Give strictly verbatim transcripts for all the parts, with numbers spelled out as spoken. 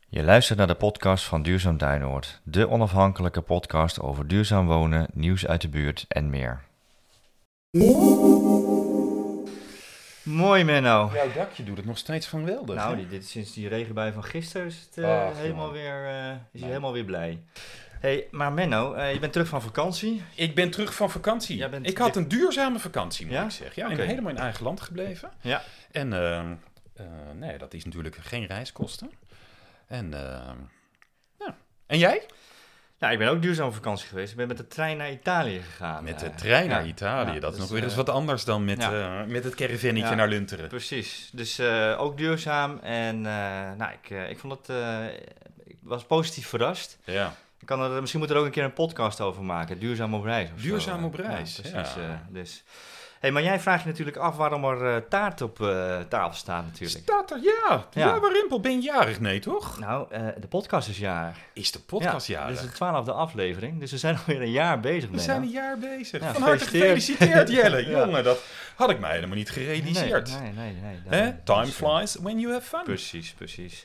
Je luistert naar de podcast van Duurzaam Duinoord, de onafhankelijke podcast over duurzaam wonen, nieuws uit de buurt en meer. Mooi Menno. Jouw dakje doet het nog steeds geweldig. Nou, hè? die, dit, sinds die regenbui van gisteren is, het, uh, Ach, helemaal man. weer, uh, is hij Nee. helemaal weer blij. Hey, maar Menno, uh, je bent terug van vakantie. Ik ben terug van vakantie. Jij bent- Ik had een duurzame vakantie, moet Ja? ik zeggen. Ja, Oké. in helemaal in eigen land gebleven. Ja. En uh, uh, nee, dat is natuurlijk geen reiskosten. En, uh, ja. en jij? Ja, ik ben ook duurzaam op vakantie geweest. Ik ben met de trein naar Italië gegaan. Met de Uh, trein naar ja. Italië. Ja, dat is dus, nog weer eens uh, wat anders dan met, ja. uh, met het caravannetje Ja. naar Lunteren. Precies. Dus uh, ook duurzaam. En uh, nou, ik, uh, ik vond het... Uh, ik was positief verrast. Ja. Ik kan er, misschien moet er ook een keer een podcast over maken. Duurzaam op reis. Of Duurzaam zo. op reis, Ja, precies. ja. Uh, dus. Hey, maar jij vraagt je natuurlijk af waarom er uh, taart op uh, tafel staat natuurlijk. Staat er, ja. Ja. Ja, maar Rimpel, ben je jarig? Nee, toch? Nou, uh, de podcast is jarig. Is de podcast ja, jarig? Dit is de twaalfde aflevering. Dus we zijn alweer een jaar bezig. We Menno. zijn een jaar bezig. Ja, Van harte gefeliciteerd, Jelle. Ja. Jongen, dat had ik mij helemaal niet gerealiseerd. Nee, nee, nee. nee dat, Hè? dat Time is, uh, flies when you have fun. Precies, precies.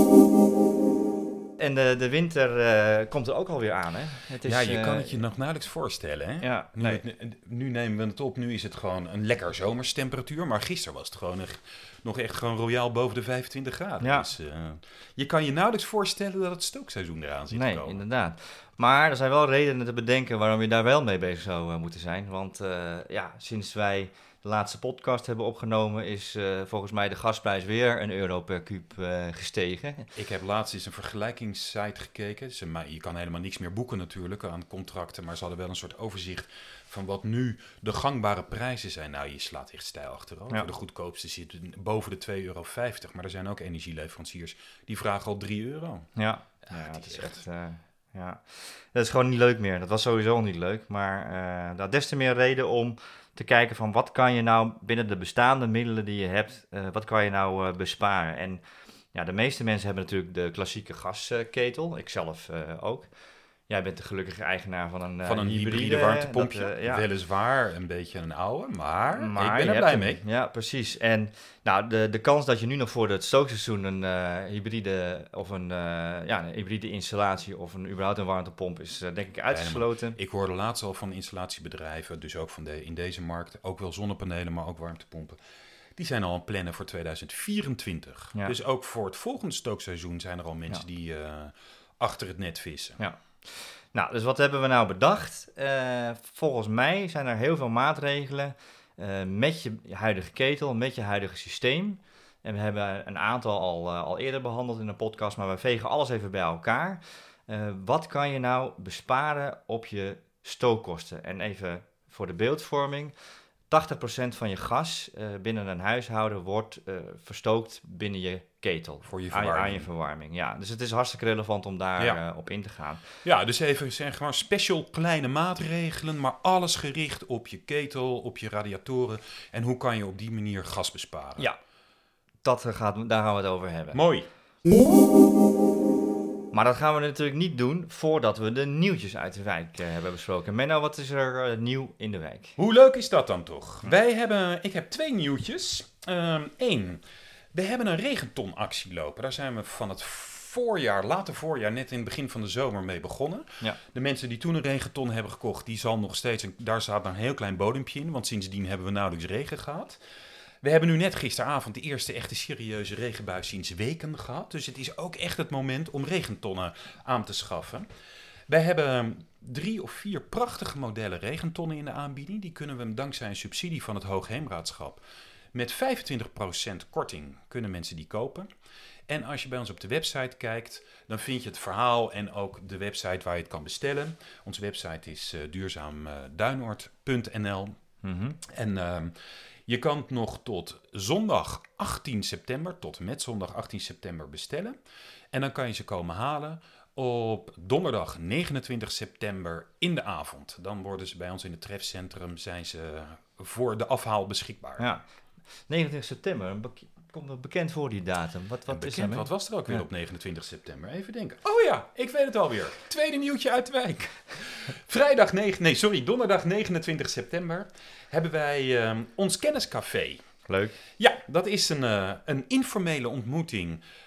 En de, de winter uh, komt er ook alweer aan, hè? Het is, ja, je uh, kan het je nog nauwelijks voorstellen, hè? Ja, Nu, nee. het- nu nemen we het op, nu is het gewoon een lekker zomerstemperatuur. Maar gisteren was het gewoon echt, nog echt gewoon royaal boven de vijfentwintig graden. Ja. Dus uh, je kan je nauwelijks voorstellen dat het stookseizoen eraan zit te Nee, komen. inderdaad. Maar er zijn wel redenen te bedenken waarom je daar wel mee bezig zou uh, moeten zijn. Want uh, ja, sinds wij de laatste podcast hebben opgenomen is uh, volgens mij de gasprijs weer een euro per kuub uh, gestegen. Ik heb laatst eens een vergelijkingssite gekeken. Ze, maar je kan helemaal niks meer boeken natuurlijk aan contracten. Maar ze hadden wel een soort overzicht van wat nu de gangbare prijzen zijn. Nou, je slaat echt stijl achterover. Ja. De goedkoopste zit boven de twee euro vijftig. Maar er zijn ook energieleveranciers die vragen al drie euro. Ja, Ja, ja het het is is echt- echt... Uh, ja. Dat is gewoon niet leuk meer. Dat was sowieso niet leuk. Maar uh, daar des te meer reden om te kijken van wat kan je nou binnen de bestaande middelen die je hebt, uh, wat kan je nou uh, besparen. En ja, de meeste mensen hebben natuurlijk de klassieke gasketel. Ik zelf uh, ook. Jij bent de gelukkige eigenaar van een, uh, Van een hybride, hybride warmtepompje. dat, uh, ja. Weliswaar een beetje een oude, maar, Maar ik je ben er hebt blij hem. mee. Ja, precies. En nou, de, de kans dat je nu nog voor het stookseizoen een uh, hybride of een, uh, ja, een hybride installatie of een überhaupt een warmtepomp is uh, denk ik uitgesloten. Ik hoorde laatst al van installatiebedrijven, dus ook van de, in deze markt, ook wel zonnepanelen, maar ook warmtepompen. Die zijn al aan het plannen voor tweeduizend vierentwintig. Ja. Dus ook voor het volgende stookseizoen zijn er al mensen Ja. die uh, achter het net vissen. Ja. Nou, dus wat hebben we nou bedacht? Uh, volgens mij zijn er heel veel maatregelen uh, met je huidige ketel, met je huidige systeem. En we hebben een aantal al, uh, al eerder behandeld in de podcast, maar we vegen alles even bij elkaar. Uh, wat kan je nou besparen op je stookkosten? En even voor de beeldvorming. tachtig procent van je gas uh, binnen een huishouden wordt uh, verstookt binnen je ketel. Voor je aan, verwarming. aan je verwarming, ja. Dus het is hartstikke relevant om daar Ja. uh, op in te gaan. Ja, dus even zeg gewoon special kleine maatregelen, maar alles gericht op je ketel, op je radiatoren. En hoe kan je op die manier gas besparen? Ja, dat gaat, daar gaan we het over hebben. Mooi. Maar dat gaan we natuurlijk niet doen voordat we de nieuwtjes uit de wijk uh, hebben besproken. Menno, wat is er uh, nieuw in de wijk? Hoe leuk is dat dan toch? Wij hebben, ik heb twee nieuwtjes. Eén, um, we hebben een regentonactie lopen. Daar zijn we van het voorjaar, late voorjaar, net in het begin van de zomer mee begonnen. Ja. De mensen die toen een regenton hebben gekocht, die zal nog steeds, een, daar staat een heel klein bodempje in, want sindsdien hebben we nauwelijks regen gehad. We hebben nu net gisteravond de eerste echte serieuze regenbui sinds weken gehad. Dus het is ook echt het moment om regentonnen aan te schaffen. Wij hebben drie of vier prachtige modellen regentonnen in de aanbieding. Die kunnen we dankzij een subsidie van het Hoogheemraadschap met vijfentwintig procent korting kunnen mensen die kopen. En als je bij ons op de website kijkt, dan vind je het verhaal en ook de website waar je het kan bestellen. Onze website is uh, duurzaam duinoord punt n l. Mm-hmm. En uh, je kan het nog tot zondag achttien september, tot en met zondag achttien september bestellen. En dan kan je ze komen halen op donderdag negenentwintig september in de avond. Dan worden ze bij ons in het trefcentrum, zijn ze voor de afhaal beschikbaar. Ja, negenentwintig september, een bek- komt wel bekend voor die datum. Wat, wat En is bekend, dat? wat was er ook weer Ja. op negenentwintig september? Even denken. Oh ja, ik weet het alweer. Tweede nieuwtje uit de wijk. Vrijdag negen, nee sorry, donderdag negenentwintig september hebben wij um, ons kenniscafé. Leuk. Ja, dat is een, uh, een informele ontmoeting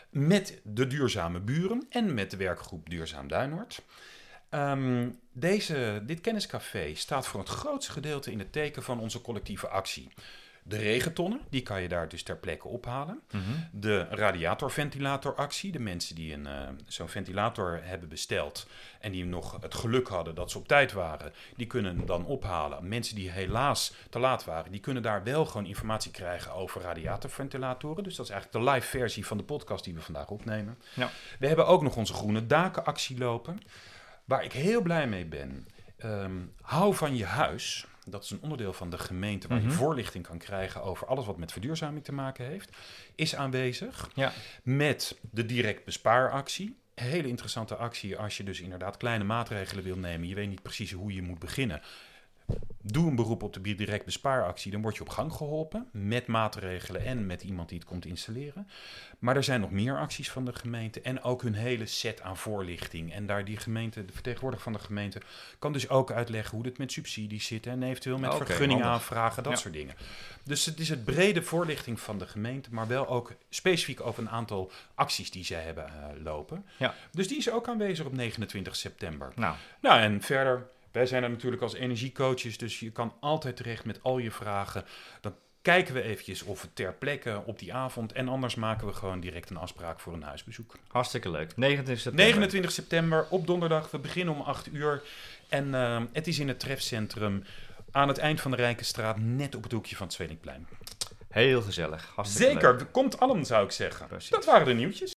met de Duurzame Buren en met de werkgroep Duurzaam Duinoord. Um, deze, dit kenniscafé staat voor het grootste gedeelte in het teken van onze collectieve actie. De regentonnen, die kan je daar dus ter plekke ophalen. Mm-hmm. De radiatorventilatoractie, de mensen die een, uh, zo'n ventilator hebben besteld en die nog het geluk hadden dat ze op tijd waren, die kunnen hem dan ophalen. Mensen die helaas te laat waren, die kunnen daar wel gewoon informatie krijgen over radiatorventilatoren. Dus dat is eigenlijk de live versie van de podcast die we vandaag opnemen. Ja. We hebben ook nog onze groene dakenactie lopen, waar ik heel blij mee ben. Um, hou van je huis. Dat is een onderdeel van de gemeente waar mm-hmm. je voorlichting kan krijgen over alles wat met verduurzaming te maken heeft. Is aanwezig ja. met de direct bespaaractie. Hele interessante actie als je dus inderdaad kleine maatregelen wil nemen. Je weet niet precies hoe je moet beginnen. Doe een beroep op de direct bespaaractie. Dan word je op gang geholpen met maatregelen en met iemand die het komt installeren. Maar er zijn nog meer acties van de gemeente en ook hun hele set aan voorlichting. En daar die gemeente, de vertegenwoordiger van de gemeente, kan dus ook uitleggen hoe het met subsidies zit en eventueel met okay, vergunning handig. aanvragen, dat ja. soort dingen. Dus het is het brede voorlichting van de gemeente, maar wel ook specifiek over een aantal acties die zij hebben uh, lopen. Ja. Dus die is ook aanwezig op negenentwintig september. Nou, nou en verder... Wij zijn er natuurlijk als energiecoaches, dus je kan altijd terecht met al je vragen. Dan kijken we eventjes of het ter plekke op die avond en anders maken we gewoon direct een afspraak voor een huisbezoek. Hartstikke leuk. negenentwintig september. negenentwintig september op donderdag. We beginnen om acht uur en uh, het is in het trefcentrum aan het eind van de Rijkenstraat, net op het hoekje van het Zwelingplein. Heel gezellig. Hartstikke Zeker, leuk. Komt allen zou ik zeggen. Precies. Dat waren de nieuwtjes.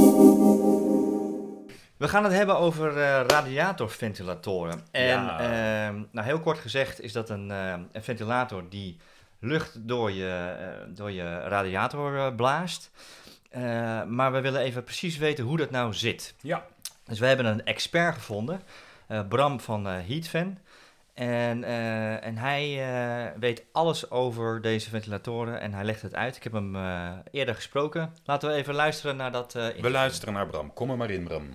We gaan het hebben over uh, radiatorventilatoren. En ja. uh, nou, heel kort gezegd is dat een, uh, een ventilator die lucht door je, uh, door je radiator uh, blaast. Uh, maar we willen even precies weten hoe dat nou zit. Ja. Dus we hebben een expert gevonden, uh, Bram van uh, Heatfan. En, uh, en hij uh, weet alles over deze ventilatoren en hij legt het uit. Ik heb hem uh, eerder gesproken. Laten we even luisteren naar dat uh, We luisteren naar Bram. Kom er maar in, Bram.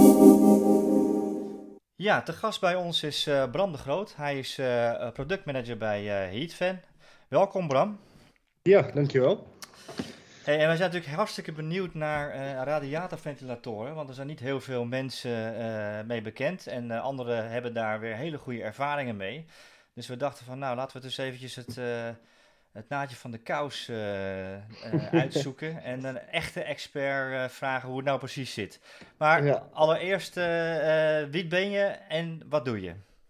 Ja, te gast bij ons is uh, Bram de Groot. Hij is uh, productmanager bij uh, Heatfan. Welkom, Bram. Ja, dankjewel. Hey, en wij zijn natuurlijk hartstikke benieuwd naar uh, radiatorventilatoren, want er zijn niet heel veel mensen uh, mee bekend en uh, anderen hebben daar weer hele goede ervaringen mee. Dus we dachten van, nou, laten we dus eventjes het, uh, het naadje van de kous uh, uh, uitzoeken en een echte expert uh, vragen hoe het nou precies zit. Maar ja. allereerst, uh, uh, wie ben je en wat doe je?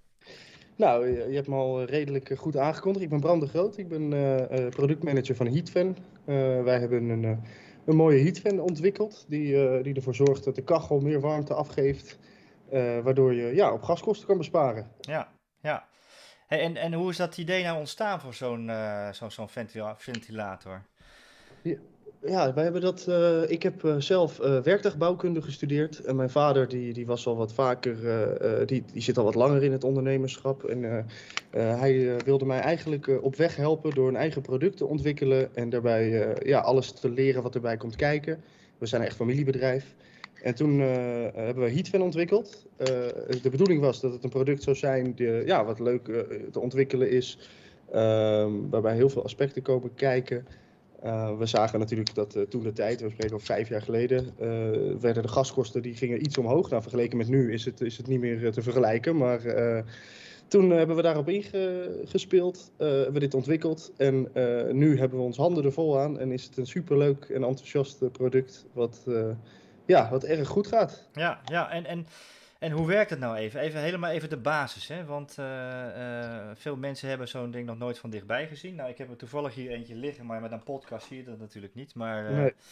Nou, je hebt me al redelijk goed aangekondigd. Ik ben Bram de Groot, ik ben uh, productmanager van Heatfan. Uh, wij hebben een, uh, een mooie Heatfan ontwikkeld die, uh, die ervoor zorgt dat de kachel meer warmte afgeeft, uh, waardoor je ja, op gaskosten kan besparen. Ja, ja. Hey, en, en hoe is dat idee nou ontstaan voor zo'n, uh, zo, zo'n ventila- ventilator? Ja. Ja, wij hebben dat. Uh, ik heb uh, zelf uh, werktuigbouwkunde gestudeerd. En mijn vader die, die was al wat vaker. Uh, uh, die, die zit al wat langer in het ondernemerschap. En uh, uh, hij uh, wilde mij eigenlijk uh, op weg helpen door een eigen product te ontwikkelen. En daarbij uh, ja, alles te leren wat erbij komt kijken. We zijn een echt familiebedrijf. En toen uh, hebben we Heatfan ontwikkeld. Uh, de bedoeling was dat het een product zou zijn die, ja, wat leuk uh, te ontwikkelen is. Uh, waarbij heel veel aspecten komen kijken. Uh, we zagen natuurlijk dat uh, toen de tijd, we spreken over vijf jaar geleden, uh, werden de gaskosten die gingen iets omhoog. Nou, vergeleken met nu is het, is het niet meer uh, te vergelijken. Maar uh, toen uh, hebben we daarop ingespeeld, uh, hebben we dit ontwikkeld. En uh, nu hebben we ons handen er vol aan en is het een superleuk en enthousiast product wat, uh, ja, wat erg goed gaat. Ja, ja en... en... En hoe werkt het nou even? Even helemaal even de basis, hè? Want uh, uh, veel mensen hebben zo'n ding nog nooit van dichtbij gezien. Nou, ik heb er toevallig hier eentje liggen, maar met een podcast zie je dat natuurlijk niet. Maar uh, nee.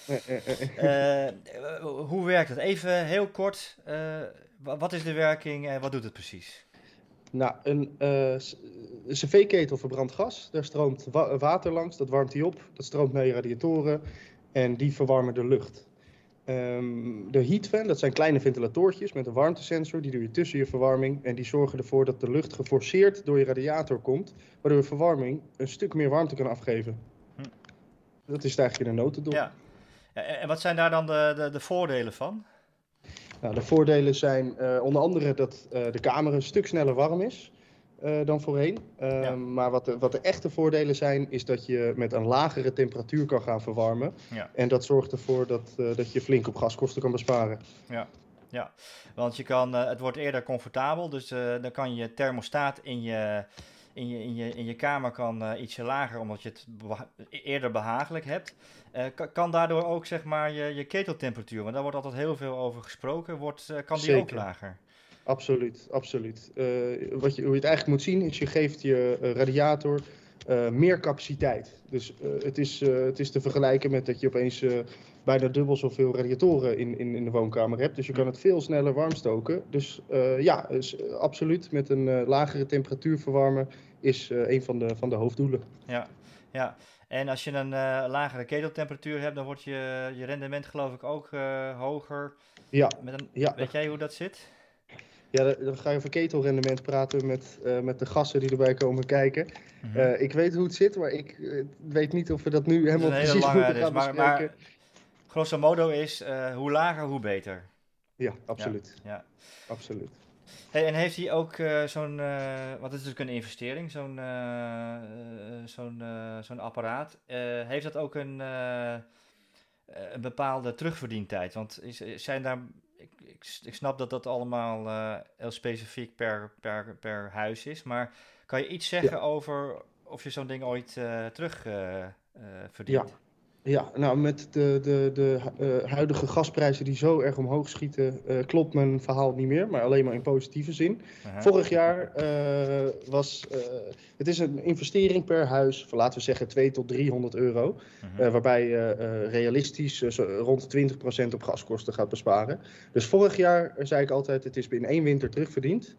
uh, uh, hoe werkt het? Even heel kort, uh, wat is de werking en wat doet het precies? Nou, een uh, cv-ketel verbrandt gas. Daar stroomt wa- water langs, dat warmt die op. Dat stroomt naar je radiatoren en die verwarmen de lucht. Um, de Heatfan, dat zijn kleine ventilatortjes met een warmtesensor, die doe je tussen je verwarming en die zorgen ervoor dat de lucht geforceerd door je radiator komt, waardoor de verwarming een stuk meer warmte kan afgeven. Hm. Dat is eigenlijk in een notendop. Ja. En wat zijn daar dan de, de, de voordelen van? Nou, de voordelen zijn uh, onder andere dat uh, de kamer een stuk sneller warm is. uh, dan voorheen. Uh, Ja. Maar wat de, wat de echte voordelen zijn, is dat je met een lagere temperatuur kan gaan verwarmen. Ja. En dat zorgt ervoor dat, uh, dat je flink op gaskosten kan besparen. Ja. Ja, want je kan, uh, het wordt eerder comfortabel, dus uh, dan kan je thermostaat in je, in je, in je, in je kamer kan uh, ietsje lager, omdat je het beha- eerder behagelijk hebt. Uh, kan, kan daardoor ook zeg maar je, je keteltemperatuur, want daar wordt altijd heel veel over gesproken, wordt, uh, kan die Zeker. ook lager? Absoluut, absoluut. Uh, wat je, hoe je het eigenlijk moet zien is, je geeft je uh, radiator uh, meer capaciteit. Dus uh, het, is, uh, het is te vergelijken met dat je opeens uh, bijna dubbel zoveel radiatoren in, in, in de woonkamer hebt. Dus je kan het veel sneller warm stoken. Dus uh, ja, dus, uh, absoluut met een uh, lagere temperatuur verwarmen is uh, een van de, van de hoofddoelen. Ja, ja. En als je een uh, lagere keteltemperatuur hebt, dan wordt je, je rendement geloof ik ook uh, hoger. Ja. Met een, ja. Weet jij hoe dat zit? Ja, dan ga je over ketelrendement praten met, uh, met de gassen die erbij komen kijken. Mm-hmm. Uh, ik weet hoe het zit, maar ik uh, weet niet of we dat nu helemaal precies lange, moeten dus, gaan maar, bespreken. Maar grosso modo is, uh, hoe lager, hoe beter. Ja, absoluut. Ja, ja. absoluut. Hey, en heeft hij ook uh, zo'n, uh, wat is natuurlijk een investering, zo'n, uh, uh, zo'n, uh, zo'n apparaat. Uh, heeft dat ook een, uh, een bepaalde terugverdientijd? Want is, zijn daar... Ik, ik, ik snap dat dat allemaal uh, heel specifiek per, per, per huis is, maar kan je iets zeggen ja. over of je zo'n ding ooit uh, terug uh, uh, verdient? Ja. Ja, nou met de, de, de uh, huidige gasprijzen die zo erg omhoog schieten, uh, klopt mijn verhaal niet meer, maar alleen maar in positieve zin. Uh-huh. Vorig jaar uh, was, uh, het is een investering per huis van laten we zeggen tweehonderd tot driehonderd euro, uh-huh. uh, waarbij je uh, realistisch uh, zo rond twintig procent op gaskosten gaat besparen. Dus vorig jaar uh, zei ik altijd, het is in één winter terugverdiend.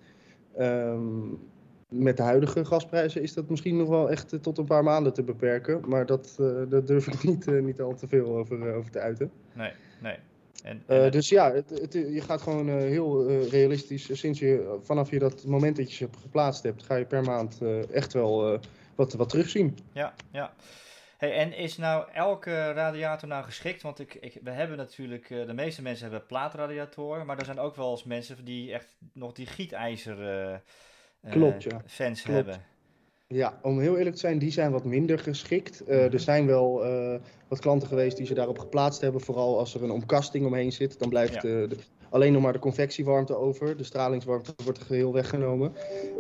Um, Met de huidige gasprijzen is dat misschien nog wel echt uh, tot een paar maanden te beperken. Maar dat, uh, dat durf ik niet, uh, niet al te veel over, uh, over te uiten. Nee, nee. En, en uh, dus ja, het, het, je gaat gewoon uh, heel uh, realistisch. Sinds je, vanaf je dat moment dat je ze geplaatst hebt, ga je per maand uh, echt wel uh, wat, wat terugzien. Ja, ja. Hey, en is nou elke radiator nou geschikt? Want ik, ik, we hebben natuurlijk, uh, de meeste mensen hebben plaatradiatoren. Maar er zijn ook wel eens mensen die echt nog die gietijzer... Uh, Klopt, ja. fans Klopt. hebben. Ja, om heel eerlijk te zijn, die zijn wat minder geschikt. Uh, er zijn wel uh, wat klanten geweest die ze daarop geplaatst hebben. Vooral als er een omkasting omheen zit, dan blijft ja. uh, de, alleen nog maar de convectiewarmte over. De stralingswarmte wordt geheel weggenomen.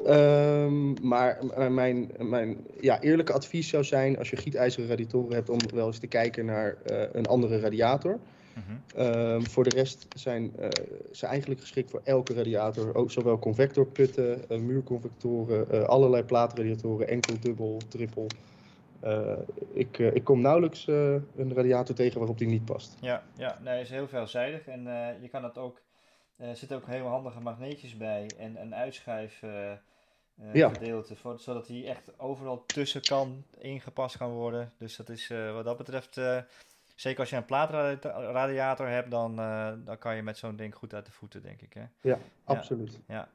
Um, maar uh, mijn, mijn ja, eerlijke advies zou zijn, als je gietijzeren radiatoren hebt, om wel eens te kijken naar uh, een andere radiator. Uh-huh. Um, voor de rest zijn uh, ze eigenlijk geschikt voor elke radiator. Ook zowel convectorputten, uh, muurconvectoren, uh, allerlei plaatradiatoren, enkel, dubbel, triple. Uh, ik, uh, ik kom nauwelijks uh, een radiator tegen waarop die niet past. Ja, ja, nee, is heel veelzijdig en uh, je kan het ook. Er uh, zitten ook heel handige magneetjes bij en een uitschuif uh, uh, ja. gedeelte, voor, zodat die echt overal tussen kan ingepast kan worden. Dus dat is uh, wat dat betreft. Uh, Zeker als je een plaatradiator hebt, dan, uh, dan kan je met zo'n ding goed uit de voeten, denk ik. Hè? Ja, ja, absoluut. Ja.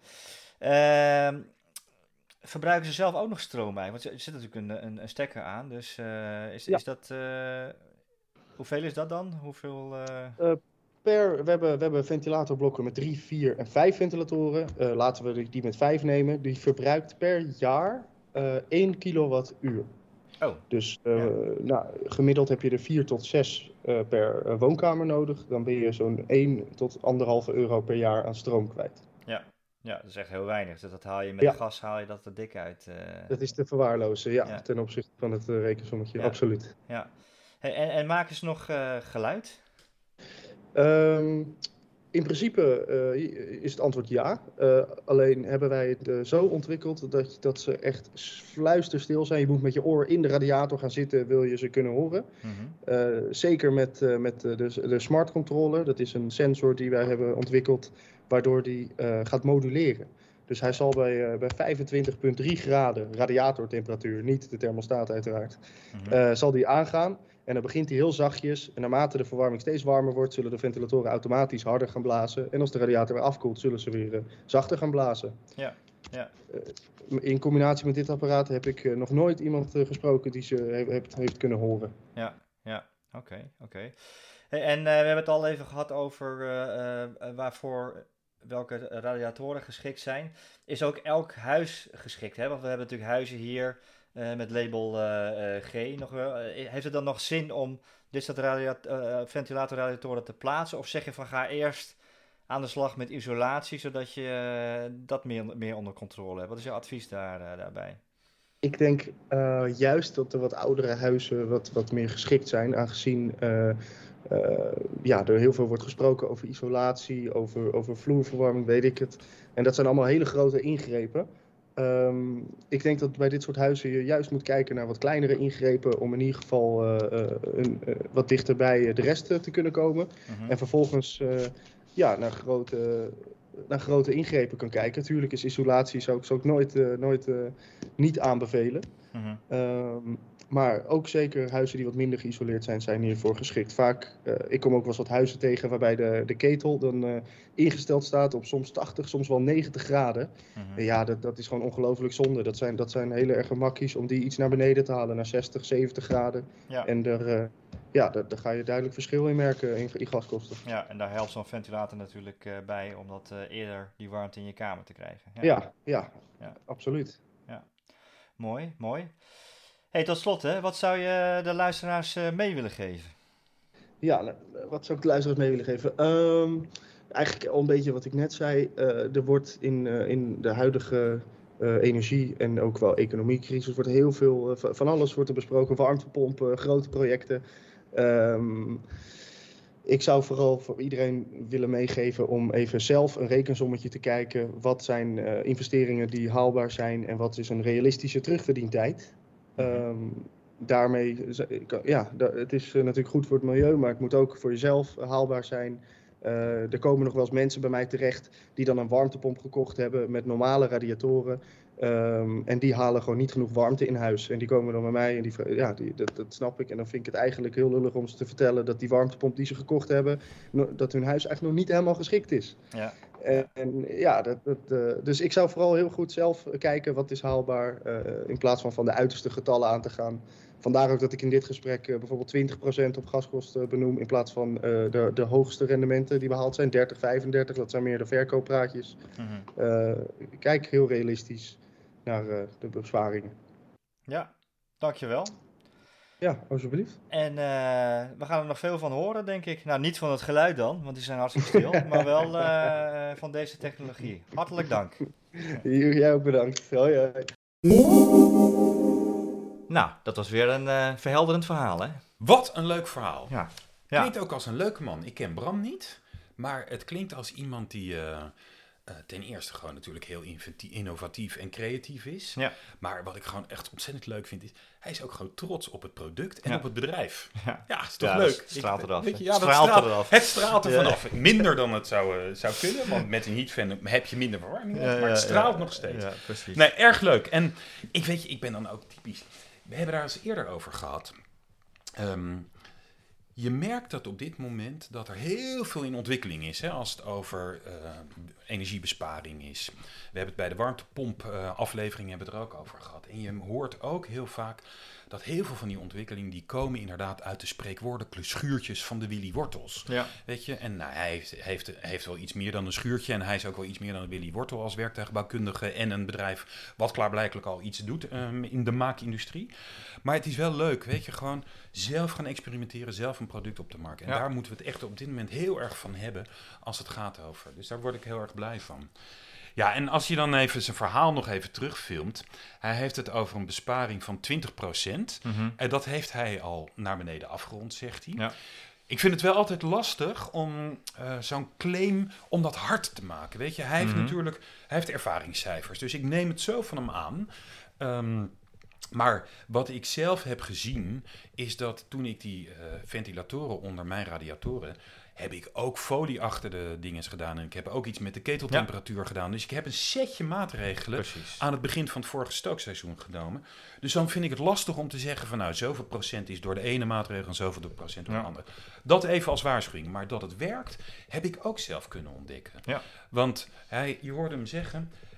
Uh, verbruiken ze zelf ook nog stroom bij? Want er zit natuurlijk een, een, een stekker aan. Dus uh, is, ja. is dat... Uh, hoeveel is dat dan? Hoeveel... Uh... Uh, per, we, hebben, we hebben ventilatorblokken met drie, vier en vijf ventilatoren. Uh, laten we die met vijf nemen. Die verbruikt per jaar uh, één kilowattuur. Oh. Dus uh, ja. nou, gemiddeld heb je er vier tot zes uh, per uh, woonkamer nodig. Dan ben je zo'n één tot anderhalve euro per jaar aan stroom kwijt. Ja, ja dat is echt heel weinig. Dus dat haal je met ja. gas haal je dat er dik uit. Uh... Dat is te verwaarlozen, ja, ja. ten opzichte van het uh, rekensommetje, ja. absoluut. Ja. Hey, en, en maken ze nog uh, geluid? Um, In principe uh, is het antwoord ja. Uh, alleen hebben wij het uh, zo ontwikkeld dat, dat ze echt fluisterstil zijn. Je moet met je oor in de radiator gaan zitten, wil je ze kunnen horen. Mm-hmm. Uh, zeker met, uh, met de, de smart controller. Dat is een sensor die wij hebben ontwikkeld, waardoor die uh, gaat moduleren. Dus hij zal bij, uh, bij vijfentwintig komma drie graden radiatortemperatuur, niet de thermostaat uiteraard, mm-hmm. uh, zal die aangaan. En dan begint hij heel zachtjes. En naarmate de verwarming steeds warmer wordt, zullen de ventilatoren automatisch harder gaan blazen. En als de radiator weer afkoelt, zullen ze weer uh, zachter gaan blazen. Ja, ja. Uh, in combinatie met dit apparaat heb ik uh, nog nooit iemand uh, gesproken die ze he- heeft, heeft kunnen horen. Ja, ja, oké, okay, oké. Okay. Hey, en uh, we hebben het al even gehad over uh, uh, waarvoor welke radiatoren geschikt zijn, is ook elk huis geschikt. Hè? Want we hebben natuurlijk huizen hier uh, met label uh, uh, G. Nog wel. Uh, heeft het dan nog zin om dit soort radiat- uh, ventilatorradiatoren te plaatsen? Of zeg je van ga eerst aan de slag met isolatie, zodat je uh, dat meer, meer onder controle hebt? Wat is jouw advies daar, uh, daarbij? Ik denk uh, juist dat de wat oudere huizen wat, wat meer geschikt zijn, aangezien uh, uh, ja, er heel veel wordt gesproken over isolatie, over, over vloerverwarming, weet ik het. En dat zijn allemaal hele grote ingrepen. Um, ik denk dat bij dit soort huizen je juist moet kijken naar wat kleinere ingrepen om in ieder geval uh, uh, een, uh, wat dichter bij de rest uh, te kunnen komen. Mm-hmm. En vervolgens uh, ja, naar grote... naar grote ingrepen kan kijken. Natuurlijk is isolatie zou ik, zou ik nooit, uh, nooit uh, niet aanbevelen. Mm-hmm. Um, maar ook zeker huizen die wat minder geïsoleerd zijn, zijn hiervoor geschikt. Vaak, uh, ik kom ook wel eens wat huizen tegen waarbij de, de ketel dan uh, ingesteld staat op soms tachtig, soms wel negentig graden. Mm-hmm. Ja, dat, dat is gewoon ongelooflijk zonde. Dat zijn, dat zijn hele erge makkies om die iets naar beneden te halen, naar zestig, zeventig graden. Ja. En er, uh, ja, daar, daar ga je duidelijk verschil in merken in, in gaskosten. Ja, en daar helpt zo'n ventilator natuurlijk uh, bij om dat uh, eerder die warmte in je kamer te krijgen. Ja, ja, ja, ja. Absoluut. Ja. Mooi, mooi. Hey, tot slot, hè, wat zou je de luisteraars uh, mee willen geven? Ja, nou, wat zou ik de luisteraars mee willen geven? Um, eigenlijk al een beetje wat ik net zei. Uh, er wordt in, uh, in de huidige uh, energie- en ook wel economiecrisis wordt heel veel, uh, van alles wordt er besproken. Warmtepompen, grote projecten. Um, ik zou vooral voor iedereen willen meegeven om even zelf een rekensommetje te kijken. Wat zijn uh, investeringen die haalbaar zijn en wat is een realistische terugverdientijd? Um, daarmee, ja, het is natuurlijk goed voor het milieu, maar het moet ook voor jezelf haalbaar zijn. Uh, er komen nog wel eens mensen bij mij terecht die dan een warmtepomp gekocht hebben met normale radiatoren. Um, en die halen gewoon niet genoeg warmte in huis. En die komen dan bij mij en die, ja, die, dat, dat snap ik. En dan vind ik het eigenlijk heel lullig om ze te vertellen dat die warmtepomp die ze gekocht hebben, no, dat hun huis eigenlijk nog niet helemaal geschikt is. Ja. En, en ja, dat, dat, uh, dus ik zou vooral heel goed zelf kijken wat is haalbaar uh, in plaats van van de uiterste getallen aan te gaan. Vandaar ook dat ik in dit gesprek uh, bijvoorbeeld twintig procent op gaskosten benoem in plaats van uh, de, de hoogste rendementen die behaald zijn, dertig, vijfendertig, dat zijn meer de verkooppraatjes. Mm-hmm. Uh, kijk heel realistisch naar uh, de besparingen. Ja, dankjewel. Ja, alsjeblieft. En uh, we gaan er nog veel van horen, denk ik. Nou, niet van het geluid dan, want die zijn hartstikke stil, maar wel uh, van deze technologie. Hartelijk dank. Jij ook bedankt. Hoi, hoi. Nou, dat was weer een uh, verhelderend verhaal, hè? Wat een leuk verhaal. Ja. Ja. Klinkt ook als een leuke man. Ik ken Bram niet, maar het klinkt als iemand die uh, uh, ten eerste gewoon natuurlijk heel innovatief en creatief is. Ja. Maar wat ik gewoon echt ontzettend leuk vind is, hij is ook gewoon trots op het product en ja. op het bedrijf. Ja, ja is toch ja, leuk? Het straalt eraf. Ik, je, ja, straalt straalt eraf. Het straalt er vanaf. Ja. Minder dan het zou, uh, zou kunnen, want met een heatfan heb je minder verwarming. Ja, maar het straalt ja, nog steeds. Ja, precies. Nee, erg leuk. En ik weet je, ik ben dan ook typisch. We hebben daar eens eerder over gehad. Um, je merkt dat op dit moment dat er heel veel in ontwikkeling is, hè, als het over uh, energiebesparing is. We hebben het bij de warmtepomp uh, aflevering hebben we het er ook over gehad. En je hoort ook heel vaak dat heel veel van die ontwikkelingen die komen inderdaad uit de spreekwoordelijke schuurtjes van de Willy Wortels. Ja. Weet je? En nou, hij heeft, heeft, heeft wel iets meer dan een schuurtje en hij is ook wel iets meer dan een Willy Wortel als werktuigbouwkundige en een bedrijf wat klaarblijkelijk al iets doet um, in de maakindustrie. Maar het is wel leuk, weet je, gewoon zelf gaan experimenteren, zelf een product op de markt. En ja. daar moeten we het echt op dit moment heel erg van hebben als het gaat over. Dus daar word ik heel erg blij van. Ja, en als je dan even zijn verhaal nog even terugfilmt. Hij heeft het over een besparing van twintig procent. Mm-hmm. En dat heeft hij al naar beneden afgerond, zegt hij. Ja. Ik vind het wel altijd lastig om uh, zo'n claim, om dat hard te maken. Weet je, hij heeft mm-hmm. natuurlijk, hij heeft ervaringscijfers. Dus ik neem het zo van hem aan. Um, Maar wat ik zelf heb gezien, is dat toen ik die uh, ventilatoren onder mijn radiatoren, heb ik ook folie achter de dinges gedaan. En ik heb ook iets met de keteltemperatuur ja. gedaan. Dus ik heb een setje maatregelen Precies. aan het begin van het vorige stookseizoen genomen. Dus dan vind ik het lastig om te zeggen van nou, zoveel procent is door de ene maatregel en zoveel procent door de ja. andere. Dat even als waarschuwing. Maar dat het werkt, heb ik ook zelf kunnen ontdekken. Ja. Want hij, je hoorde hem zeggen,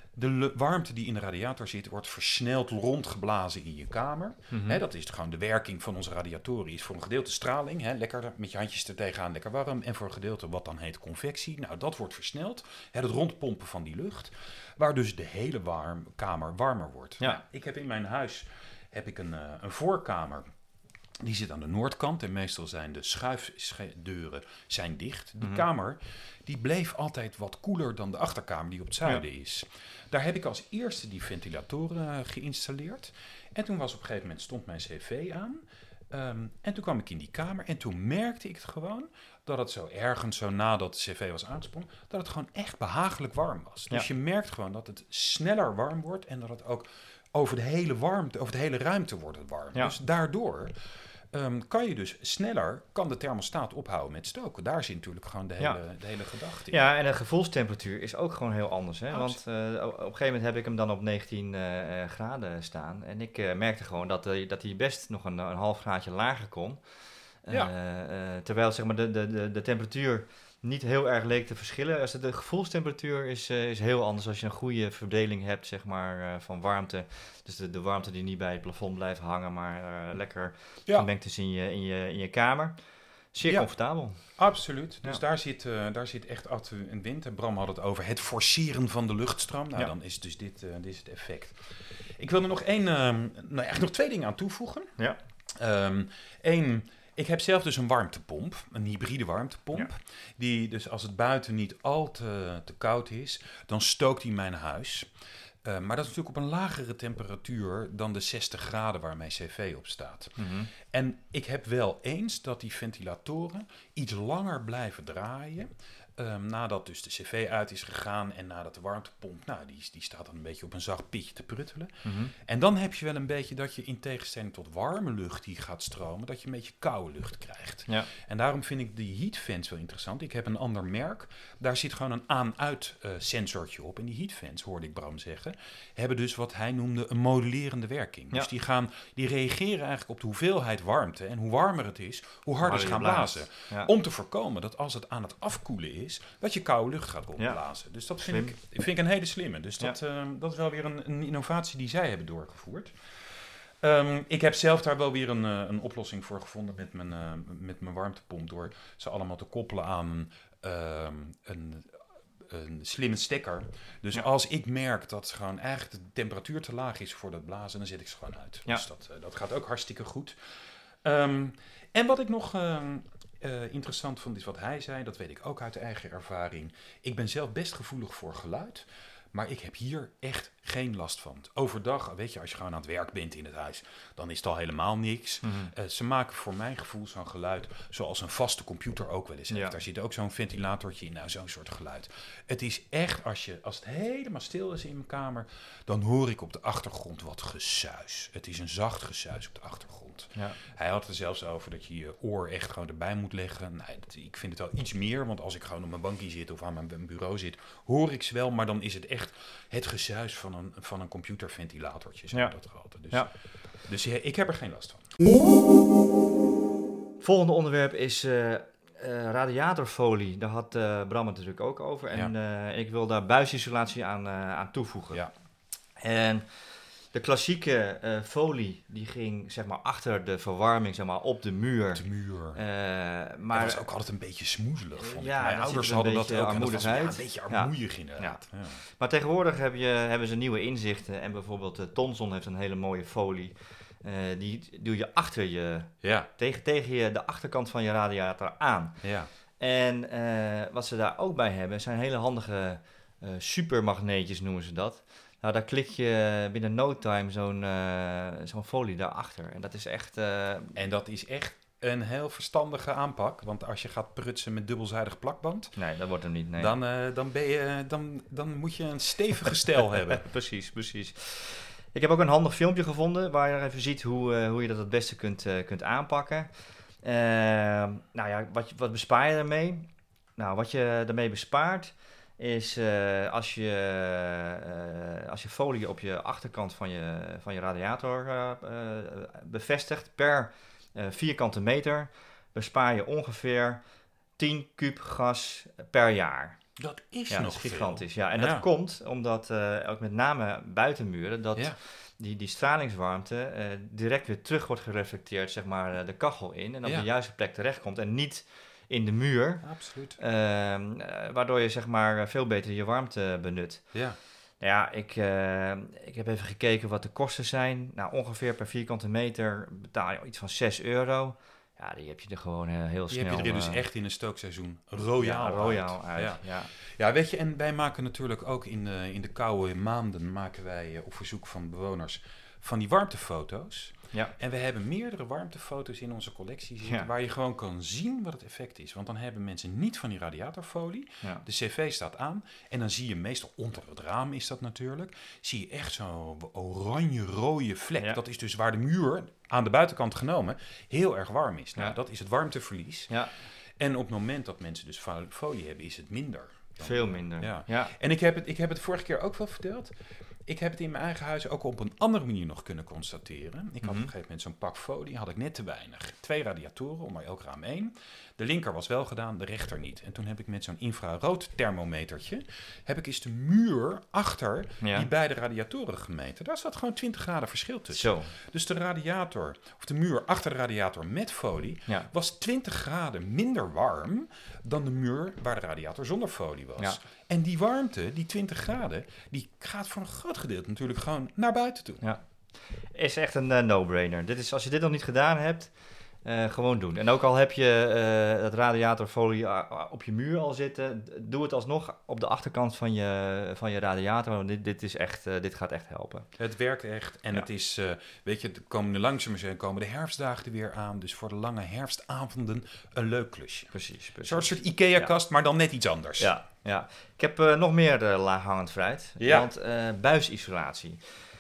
De lu- warmte die in de radiator zit, wordt versneld rondgeblazen in je kamer. Mhm. Hè, dat is gewoon de werking van onze radiatoren. Is voor een gedeelte straling, hè, lekker met je handjes er tegenaan, lekker warm. En voor een gedeelte wat dan heet convectie. Nou, dat wordt versneld. Hè, het rondpompen van die lucht. Waar dus de hele warm, kamer warmer wordt. Ja. Nou, ik heb in mijn huis heb ik een, uh, een voorkamer. Die zit aan de noordkant en meestal zijn de schuifdeuren zijn dicht. Die Mhm. kamer die bleef altijd wat koeler dan de achterkamer die op het zuiden is. Daar heb ik als eerste die ventilatoren uh, geïnstalleerd. En toen was op een gegeven moment stond mijn cv aan. Um, en toen kwam ik in die kamer en toen merkte ik het gewoon dat het zo ergens zo nadat de cv was aangesprong, dat het gewoon echt behagelijk warm was. Dus Ja. je merkt gewoon dat het sneller warm wordt en dat het ook over de hele warmte, over de hele ruimte wordt het warm. Ja. Dus daardoor um, kan je dus sneller, kan de thermostaat ophouden met stoken. Daar zit natuurlijk gewoon de hele, Ja. de hele gedachte in. Ja, en de gevoelstemperatuur is ook gewoon heel anders. Hè? Want Absoluut. uh, op een gegeven moment heb ik hem dan op negentien uh, graden staan. En ik uh, merkte gewoon dat, uh, dat hij best nog een, een half graadje lager kon. Uh, Ja. uh, terwijl zeg maar, de, de, de, de temperatuur niet heel erg leek te verschillen. Dus de, de gevoelstemperatuur is, uh, is heel anders als je een goede verdeling hebt zeg maar, uh, van warmte. Dus de, de warmte die niet bij het plafond blijft hangen, maar uh, lekker Ja. gemengd is in je, in je, in je kamer. Zeer Ja. comfortabel. Absoluut. Dus Ja. daar, zit, uh, daar zit echt atu en wind. En Bram had het over het forceren van de luchtstroom. Nou, Ja. dan is dus dit, uh, dit is het effect. Ik wil er nog één, uh, nou eigenlijk nog twee dingen aan toevoegen. Ja. Um, Eén, ik heb zelf dus een warmtepomp, een hybride warmtepomp. Ja. Die dus als het buiten niet al te, te koud is, dan stookt hij mijn huis. Uh, maar dat is natuurlijk op een lagere temperatuur dan de zestig graden waar mijn cv op staat. Mm-hmm. En ik heb wel eens dat die ventilatoren iets langer blijven draaien. Um, nadat dus de cv uit is gegaan en nadat de warmtepomp, nou die, die staat dan een beetje op een zacht pitje te pruttelen. Mm-hmm. En dan heb je wel een beetje dat je in tegenstelling tot warme lucht die gaat stromen, dat je een beetje koude lucht krijgt. Ja. En daarom vind ik die heatfans wel interessant. Ik heb een ander merk, daar zit gewoon een aan-uit uh, sensortje op. En die heatfans, hoorde ik Bram zeggen, hebben dus wat hij noemde een modulerende werking. Ja. Dus die, gaan, die reageren eigenlijk op de hoeveelheid warmte. En hoe warmer het is, hoe harder ze gaan blazen. Ja. Om te voorkomen dat als het aan het afkoelen is, dat je koude lucht gaat rondblazen. Ja. Dus dat vind ik, vind ik een hele slimme. Dus dat, ja. uh, dat is wel weer een, een innovatie die zij hebben doorgevoerd. Um, ik heb zelf daar wel weer een, uh, een oplossing voor gevonden met mijn, uh, met mijn warmtepomp. Door ze allemaal te koppelen aan uh, een, een slimme stekker. Dus ja. als ik merk dat gewoon eigenlijk de temperatuur te laag is voor dat blazen, dan zet ik ze gewoon uit. Ja. Dus dat, uh, dat gaat ook hartstikke goed. Um, en wat ik nog uh, uh, interessant vond is wat hij zei. Dat weet ik ook uit eigen ervaring. Ik ben zelf best gevoelig voor geluid. Maar ik heb hier echt geen last van. Overdag, weet je, als je gewoon aan het werk bent in het huis, dan is het al helemaal niks. Mm-hmm. Uh, ze maken voor mijn gevoel zo'n geluid zoals een vaste computer ook wel eens heeft. Ja. Daar zit ook zo'n ventilatortje in, nou zo'n soort geluid. Het is echt, als, je, als het helemaal stil is in mijn kamer, dan hoor ik op de achtergrond wat gesuis. Het is een zacht gesuis op de achtergrond. Ja. Hij had er zelfs over dat je je oor echt gewoon erbij moet leggen. Nee, dat, ik vind het wel iets meer, want als ik gewoon op mijn bankje zit of aan mijn bureau zit, hoor ik ze wel, maar dan is het echt het gesuis van een, van een computerventilatortje. Zeg ja. dat altijd. Dus, ja. dus ja, ik heb er geen last van. Volgende onderwerp is uh, uh, radiatorfolie. Daar had uh, Bram het natuurlijk ook over. En ja. uh, ik wil daar buisisolatie aan, uh, aan toevoegen. Ja. En de klassieke uh, folie, die ging zeg maar achter de verwarming, zeg maar op de muur. De muur. Uh, maar dat was ook altijd een beetje smoezelig, vond ja, ik. Mijn ouders hadden dat ook. En dat was, ja, een beetje armoeig ja. inderdaad. Ja. Ja. Maar tegenwoordig heb je, hebben ze nieuwe inzichten. En bijvoorbeeld uh, Tonson heeft een hele mooie folie. Uh, die doe je achter je, ja. tegen, tegen je, de achterkant van je radiator aan. Ja. En uh, wat ze daar ook bij hebben, zijn hele handige uh, supermagneetjes noemen ze dat. Nou, daar klik je binnen no time zo'n, uh, zo'n folie daarachter. En dat is echt... Uh... En dat is echt een heel verstandige aanpak. Want als je gaat prutsen met dubbelzijdig plakband... Nee, dat wordt hem niet, nee. Dan, uh, dan, ben je, dan, dan moet je een stevige stijl hebben. Precies, precies. Ik heb ook een handig filmpje gevonden waar je even ziet hoe, uh, hoe je dat het beste kunt, uh, kunt aanpakken. Uh, nou ja, wat, wat bespaar je daarmee? Nou, wat je daarmee bespaart is uh, als, je, uh, als je folie op je achterkant van je, van je radiator uh, uh, bevestigt per uh, vierkante meter, bespaar je ongeveer tien kuub gas per jaar. Dat is Ja, nog dat is gigantisch. Ja. En Ja. dat komt omdat, uh, ook met name buitenmuren, dat Ja. die, die stralingswarmte uh, direct weer terug wordt gereflecteerd, zeg maar, uh, de kachel in. En op Ja. de juiste plek terechtkomt en niet in de muur. Absoluut. Uh, uh, waardoor je, zeg maar, veel beter je warmte benut. Ja. Nou ja, ik, uh, ik heb even gekeken wat de kosten zijn. Nou, ongeveer per vierkante meter betaal je iets van zes euro. Ja, die heb je er gewoon uh, heel Die snel... heb je er dus uh, echt in een stookseizoen royaal ja, royaal uit. uit. Ja. Ja. ja, weet je, en wij maken natuurlijk ook in de, in de koude maanden... maken wij uh, op verzoek van bewoners van die warmtefoto's. Ja. En we hebben meerdere warmtefoto's in onze collectie zitten... Ja. waar je gewoon kan zien wat het effect is. Want dan hebben mensen niet van die radiatorfolie. Ja. De cv staat aan. En dan zie je meestal onder het raam is dat natuurlijk... zie je echt zo'n oranje-rode vlek. Ja. Dat is dus waar de muur aan de buitenkant genomen heel erg warm is. Nou, Ja. dat is het warmteverlies. Ja. En op het moment dat mensen dus folie hebben, is het minder. Dan, Veel minder. Ja. Ja. En ik heb, het, ik heb het vorige keer ook wel verteld. Ik heb het in mijn eigen huis ook op een andere manier nog kunnen constateren. Ik had Mm-hmm. op een gegeven moment zo'n pak folie, had ik net te weinig. Twee radiatoren, om maar elk raam één. De linker was wel gedaan, de rechter niet. En toen heb ik met zo'n infrarood thermometertje, heb ik eens de muur achter Ja. die beide radiatoren gemeten. Daar zat gewoon twintig graden verschil tussen. Zo. Dus de radiator, of de muur achter de radiator met folie, Ja. was twintig graden minder warm dan de muur waar de radiator zonder folie was. Ja. En die warmte, die twintig graden, die gaat voor een groot gedeelte natuurlijk gewoon naar buiten toe. Ja. Is echt een uh, no-brainer. Dit is, als je dit nog niet gedaan hebt, uh, gewoon doen. En ook al heb je uh, dat radiatorfolie uh, op je muur al zitten, doe het alsnog op de achterkant van je, van je radiator. Want dit, dit, is echt, uh, dit gaat echt helpen. Het werkt echt. En Ja. het is, uh, weet je, er komen de langzaam zijn, komen de herfstdagen er weer aan. Dus voor de lange herfstavonden een leuk klusje. Precies. Een precies. soort, soort IKEA-kast, ja. maar dan net iets anders. Ja, ja. Ik heb uh, nog meer uh, laaghangend fruit. Ja. Want uh, buisisolatie.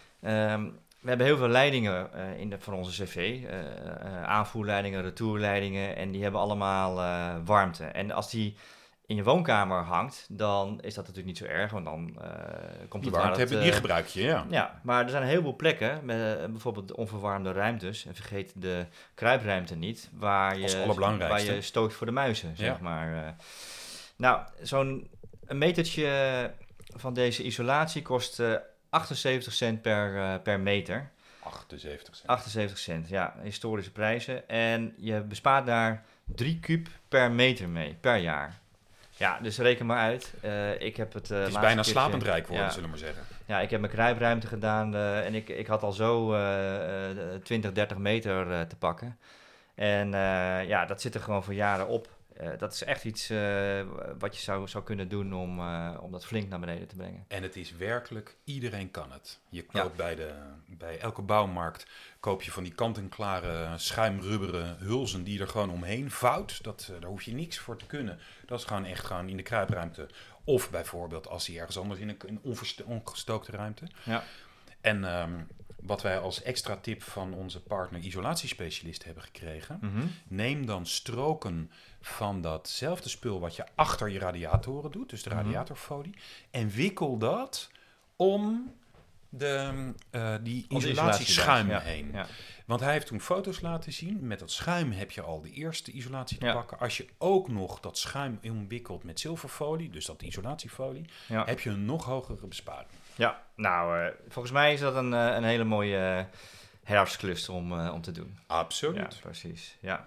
Um, we hebben heel veel leidingen uh, in de, van onze cv. Uh, uh, aanvoerleidingen, retourleidingen. En die hebben allemaal uh, warmte. En als die in je woonkamer hangt, dan is dat natuurlijk niet zo erg. Want dan uh, komt Die het warmte hebben, uh, die gebruik je, ja. Ja, maar er zijn een heleboel plekken, met, uh, bijvoorbeeld de onverwarmde ruimtes. En vergeet de kruipruimte niet, waar Als je, allerbelangrijkste. waar je stookt voor de muizen, zeg Ja. maar. Uh, nou, zo'n een metertje van deze isolatie kost uh, achtenzeventig cent per, uh, per meter. achtenzeventig cent. achtenzeventig cent, ja, historische prijzen. En je bespaart daar drie kuub per meter mee, per jaar. Ja, dus reken maar uit. Uh, ik heb het, uh, Het is laatste bijna keertje- slapend rijk worden, ja. zullen we maar zeggen. Ja, ik heb mijn kruipruimte gedaan uh, en ik, ik had al zo uh, uh, twintig, dertig meter uh, te pakken. En uh, ja, dat zit er gewoon voor jaren op. Uh, dat is echt iets uh, wat je zou, zou kunnen doen om, uh, om dat flink naar beneden te brengen. En het is werkelijk, iedereen kan het. Je Ja. koopt bij, de, bij elke bouwmarkt, koop je van die kant-en-klare schuimrubberen hulzen die je er gewoon omheen vouwt. Dat, uh, daar hoef je niks voor te kunnen. Dat is gewoon echt gewoon in de kruipruimte. Of bijvoorbeeld als die ergens anders in een, een onversto- ongestookte ruimte. Ja. En um, wat wij als extra tip van onze partner isolatiespecialist hebben gekregen. Mm-hmm. Neem dan stroken van datzelfde spul wat je achter je radiatoren doet. Dus de Mhm. radiatorfolie. En wikkel dat om de, uh, die isolatieschuim ja. heen. Ja. Want hij heeft toen foto's laten zien. Met dat schuim heb je al de eerste isolatie te Ja. pakken. Als je ook nog dat schuim omwikkelt met zilverfolie, dus dat isolatiefolie, Ja. heb je een nog hogere besparing. Ja, nou, uh, volgens mij is dat een, uh, een hele mooie uh, herfstklus om, uh, om te doen. Absoluut. Ja, precies. Ja.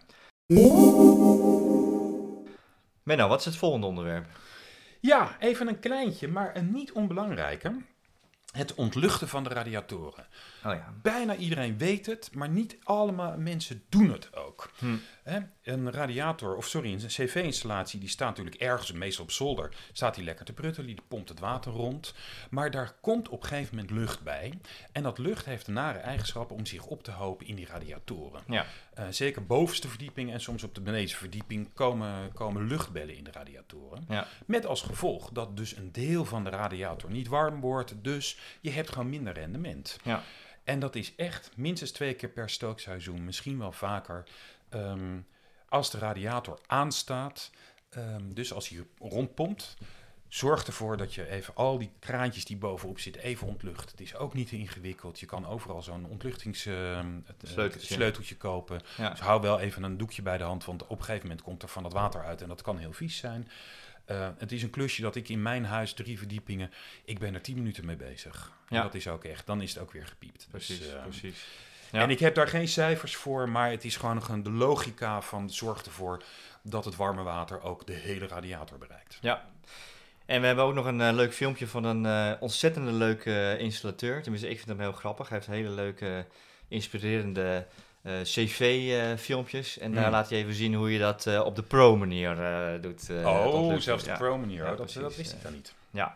Menno, wat is het volgende onderwerp? Ja, even een kleintje, maar een niet onbelangrijke. Het ontluchten van de radiatoren. Oh ja. Bijna iedereen weet het, maar niet allemaal mensen doen het ook. Hm. Hè? Een radiator, of sorry, een cv-installatie, die staat natuurlijk ergens, meestal op zolder, staat die lekker te pruttelen, die pompt het water rond. Maar daar komt op een gegeven moment lucht bij. En dat lucht heeft de nare eigenschappen om zich op te hopen in die radiatoren. Ja. Uh, zeker bovenste verdieping en soms op de benedenste verdieping komen, komen luchtbellen in de radiatoren. Ja. Met als gevolg dat dus een deel van de radiator niet warm wordt, dus je hebt gewoon minder rendement. Ja. En dat is echt minstens twee keer per stookseizoen, misschien wel vaker. Um, als de radiator aanstaat, um, dus als hij rondpompt, zorg ervoor dat je even al die kraantjes die bovenop zitten even ontlucht. Het is ook niet te ingewikkeld. Je kan overal zo'n ontluchtingssleuteltje uh, sleuteltje kopen. Ja. Dus hou wel even een doekje bij de hand, want op een gegeven moment komt er van het water uit en dat kan heel vies zijn. Uh, het is een klusje dat ik in mijn huis, drie verdiepingen, ik ben er tien minuten mee bezig. Ja. En dat is ook echt, dan is het ook weer gepiept. Precies, dus, uh, precies. Ja. En ik heb daar geen cijfers voor, maar het is gewoon nog de logica van zorgt ervoor dat het warme water ook de hele radiator bereikt. Ja. En we hebben ook nog een uh, leuk filmpje van een uh, ontzettende leuke uh, installateur. Tenminste, ik vind hem heel grappig. Hij heeft hele leuke, inspirerende uh, cv-filmpjes. Uh, en daar mm. laat hij even zien hoe je dat uh, op de pro-manier uh, doet. Uh, oh, zelfs de ja. pro-manier. Ja, oh, dat, dat wist ik dan niet. Ja.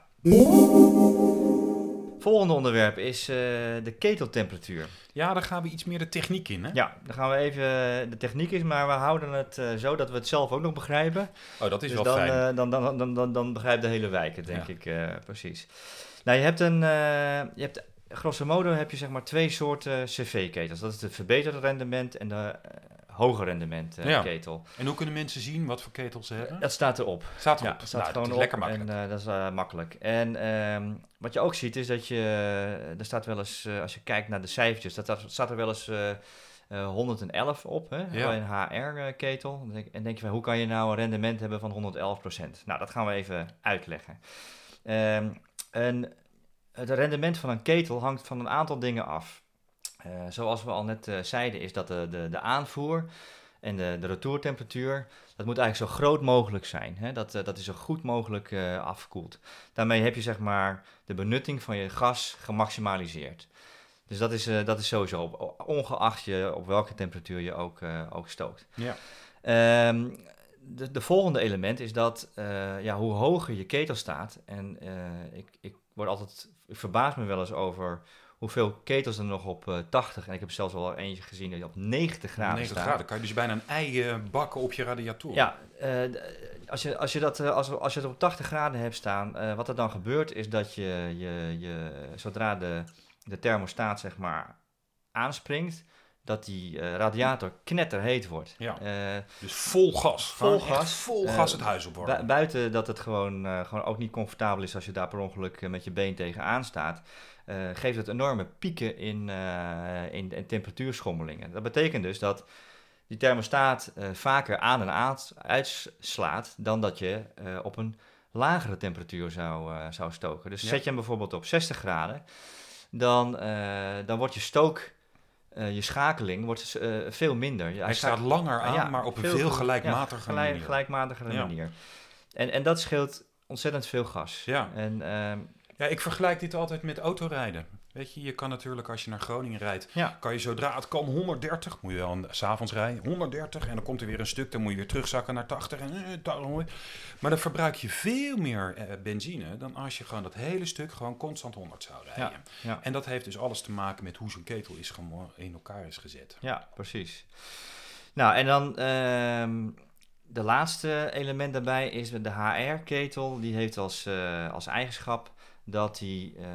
Volgende onderwerp is uh, de keteltemperatuur. Ja, daar gaan we iets meer de techniek in, hè? Ja, dan gaan we even de techniek in, maar we houden het uh, zo dat we het zelf ook nog begrijpen. Oh, dat is dus wel dan, fijn. Uh, dan, dan, dan, dan, dan begrijpt de hele wijk het, denk ja. ik, uh, precies. Nou, je hebt een, uh, je hebt, grosso modo heb je zeg maar twee soorten cv-ketels. Dat is het verbeterde rendement en de uh, hoger rendement uh, ja. ketel. En hoe kunnen mensen zien wat voor ketels ze hebben? Dat staat erop. Staat erop. Ja, dat staat nou, gewoon dat is op lekker makkelijk. En uh, dat is uh, makkelijk. En um, wat je ook ziet is dat je, uh, er staat wel eens, uh, als je kijkt naar de cijfertjes, dat, dat staat er wel eens uh, uh, honderd elf op, hè, ja. bij een H R-ketel. En denk, en denk je van, hoe kan je nou een rendement hebben van honderdelf procent? Nou, dat gaan we even uitleggen. Um, en het rendement van een ketel hangt van een aantal dingen af. Uh, zoals we al net uh, zeiden, is dat de, de, de aanvoer en de, de retourtemperatuur, dat moet eigenlijk zo groot mogelijk zijn. Hè? Dat, uh, dat is zo goed mogelijk uh, afgekoeld. Daarmee heb je zeg maar de benutting van je gas gemaximaliseerd. Dus dat is, uh, dat is sowieso, op, ongeacht je op welke temperatuur je ook, uh, ook stookt. Ja. Um, de, de volgende element is dat uh, ja, hoe hoger je ketel staat, en uh, ik, ik word altijd, ik verbaas me wel eens over hoeveel ketels er nog op uh, tachtig, en ik heb zelfs wel eentje gezien die op negentig graden negentig staat. graden, kan je dus bijna een ei uh, bakken op je radiator. Ja, uh, als, je, als, je dat, uh, als, als je het op tachtig graden hebt staan, uh, wat er dan gebeurt is dat je, je, je zodra de, de thermostaat zeg maar aanspringt, dat die uh, radiator knetterheet wordt. Ja, uh, dus vol gas. Vol gas. Vol gas het huis opwarmen. Bu- buiten dat het gewoon, uh, gewoon ook niet comfortabel is als je daar per ongeluk uh, met je been tegenaan staat, uh, geeft het enorme pieken in, uh, in, in temperatuurschommelingen. Dat betekent dus dat die thermostaat uh, vaker aan en aan uitslaat dan dat je uh, op een lagere temperatuur zou, uh, zou stoken. Dus ja. Zet je hem bijvoorbeeld op zestig graden, dan, uh, dan wordt je stook, uh, je schakeling wordt uh, veel minder. Hij staat langer aan, ja, maar op een veel, veel gelijkmatige ja, gelijk, manier. Gelijkmatigere ja. manier. En, en dat scheelt ontzettend veel gas. Ja. En, uh, ja, ik vergelijk dit altijd met autorijden. Weet je, je kan natuurlijk als je naar Groningen rijdt, ja. kan je zodra het kan honderddertig, moet je wel s'avonds rijden, honderddertig en dan komt er weer een stuk, dan moet je weer terugzakken naar tachtig en uh, maar dan verbruik je veel meer uh, benzine dan als je gewoon dat hele stuk gewoon constant honderd zou rijden. Ja. Ja. En dat heeft dus alles te maken met hoe zo'n ketel is gemo- in elkaar is gezet. Ja, precies. Nou, en dan uh, de laatste element daarbij is de H R-ketel. Die heeft als, uh, als eigenschap dat hij uh, uh,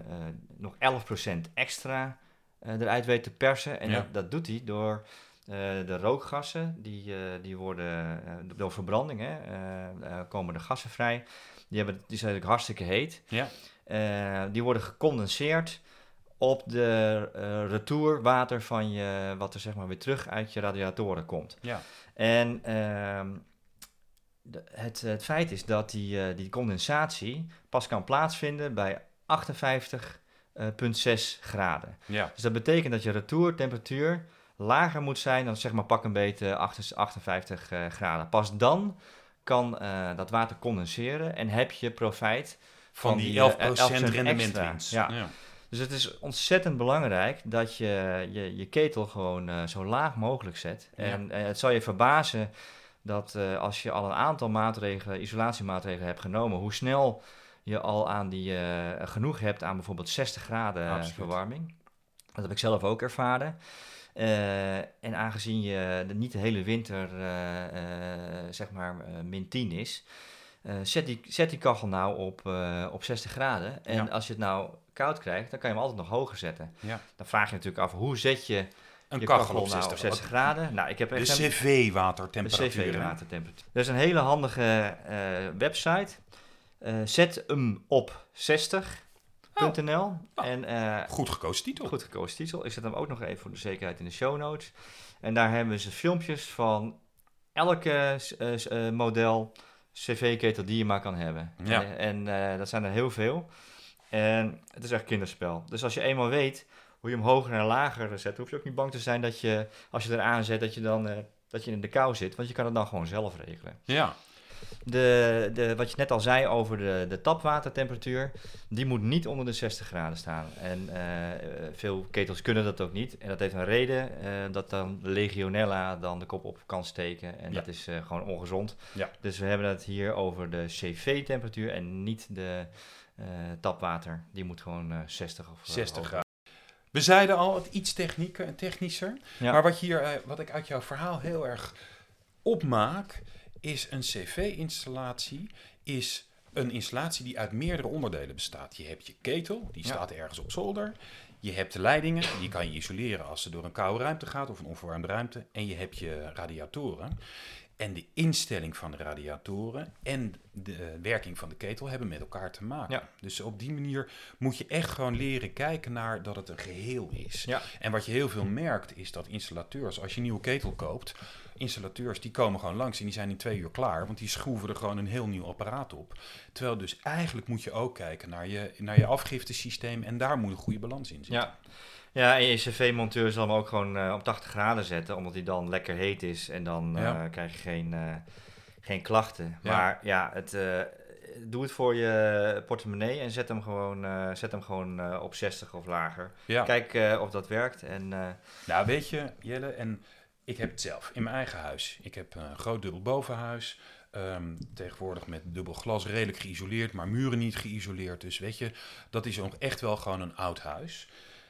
nog elf procent extra uh, eruit weet te persen. En ja. dat, dat doet hij door uh, de rookgassen, die, uh, die worden uh, door verbranding, hè, uh, uh, komen de gassen vrij. Die, hebben, die zijn natuurlijk hartstikke heet. Ja. Uh, die worden gecondenseerd op de uh, retourwater van je, wat er zeg maar weer terug uit je radiatoren komt. Ja. En uh, de, het, het feit is dat die, uh, die condensatie pas kan plaatsvinden bij achtenvijftig komma zes graden. Ja. Dus dat betekent dat je retourtemperatuur lager moet zijn dan zeg maar pak een beetje achtenvijftig uh, graden. Pas dan kan uh, dat water condenseren en heb je profijt van, van die, die elf procent rendementwinst. Ja. Ja. Dus het is ontzettend belangrijk dat je je, je ketel gewoon uh, zo laag mogelijk zet. Ja. En uh, het zal je verbazen dat uh, als je al een aantal maatregelen, isolatiemaatregelen hebt genomen, hoe snel je al aan die uh, genoeg hebt aan bijvoorbeeld zestig graden Absoluut. verwarming. Dat heb ik zelf ook ervaren. Uh, en aangezien je de, niet de hele winter uh, uh, zeg maar uh, min tien is, uh, zet, die, zet die kachel nou op, uh, op zestig graden. En ja. als je het nou koud krijgt, dan kan je hem altijd nog hoger zetten. Ja. Dan vraag je natuurlijk af, hoe zet je een je kachel, kachel op nou op zestig graden? Nou, ik heb de C V-watertemperatuur. De C V-watertemperatuur. Dat is een hele handige uh, website. Uh, zet hem op zestig punt n l. Oh. Oh. En, uh, goed gekozen titel. Goed gekozen titel. Ik zet hem ook nog even voor de zekerheid in de show notes. En daar hebben ze filmpjes van elke uh, uh, model, cv-ketel die je maar kan hebben. Ja. Uh, en uh, dat zijn er heel veel. En het is echt kinderspel. Dus als je eenmaal weet hoe je hem hoger en lager zet, hoef je ook niet bang te zijn dat je, als je eraan zet, dat je dan uh, dat je in de kou zit. Want je kan het dan gewoon zelf regelen. Ja. De, de, wat je net al zei over de, de tapwatertemperatuur, die moet niet onder de zestig graden staan. En uh, veel ketels kunnen dat ook niet. En dat heeft een reden, uh, dat dan de Legionella dan de kop op kan steken. En ja. dat is uh, gewoon ongezond. Ja. Dus we hebben het hier over de C V-temperatuur en niet de uh, tapwater. Die moet gewoon uh, zestig of zestig uh, graden. We zeiden al, het iets technieker, technischer. Ja. Maar wat, hier, uh, wat ik uit jouw verhaal heel erg opmaak, is een C V-installatie is een installatie die uit meerdere onderdelen bestaat. Je hebt je ketel, die staat ja. ergens op zolder. Je hebt de leidingen, die kan je isoleren als ze door een koude ruimte gaat of een onverwarmde ruimte. En je hebt je radiatoren. En de instelling van de radiatoren en de werking van de ketel hebben met elkaar te maken. Ja. Dus op die manier moet je echt gewoon leren kijken naar dat het een geheel is. Ja. En wat je heel veel merkt is dat installateurs, als je een nieuwe ketel koopt, installateurs die komen gewoon langs en die zijn in twee uur klaar, want die schroeven er gewoon een heel nieuw apparaat op. Terwijl dus eigenlijk moet je ook kijken naar je, naar je afgiftesysteem en daar moet een goede balans in zitten. Ja. Ja, en je C V-monteur zal hem ook gewoon uh, op tachtig graden zetten, omdat hij dan lekker heet is en dan uh, ja. krijg je geen, uh, geen klachten. Ja. Maar ja, het, uh, doe het voor je portemonnee en zet hem gewoon, uh, zet hem gewoon uh, op zestig of lager. Ja. Kijk uh, of dat werkt. En, uh, nou, weet je, Jelle, en ik heb het zelf in mijn eigen huis. Ik heb een groot dubbel bovenhuis. Um, tegenwoordig met dubbel glas, redelijk geïsoleerd, maar muren niet geïsoleerd. Dus weet je, dat is ook echt wel gewoon een oud huis.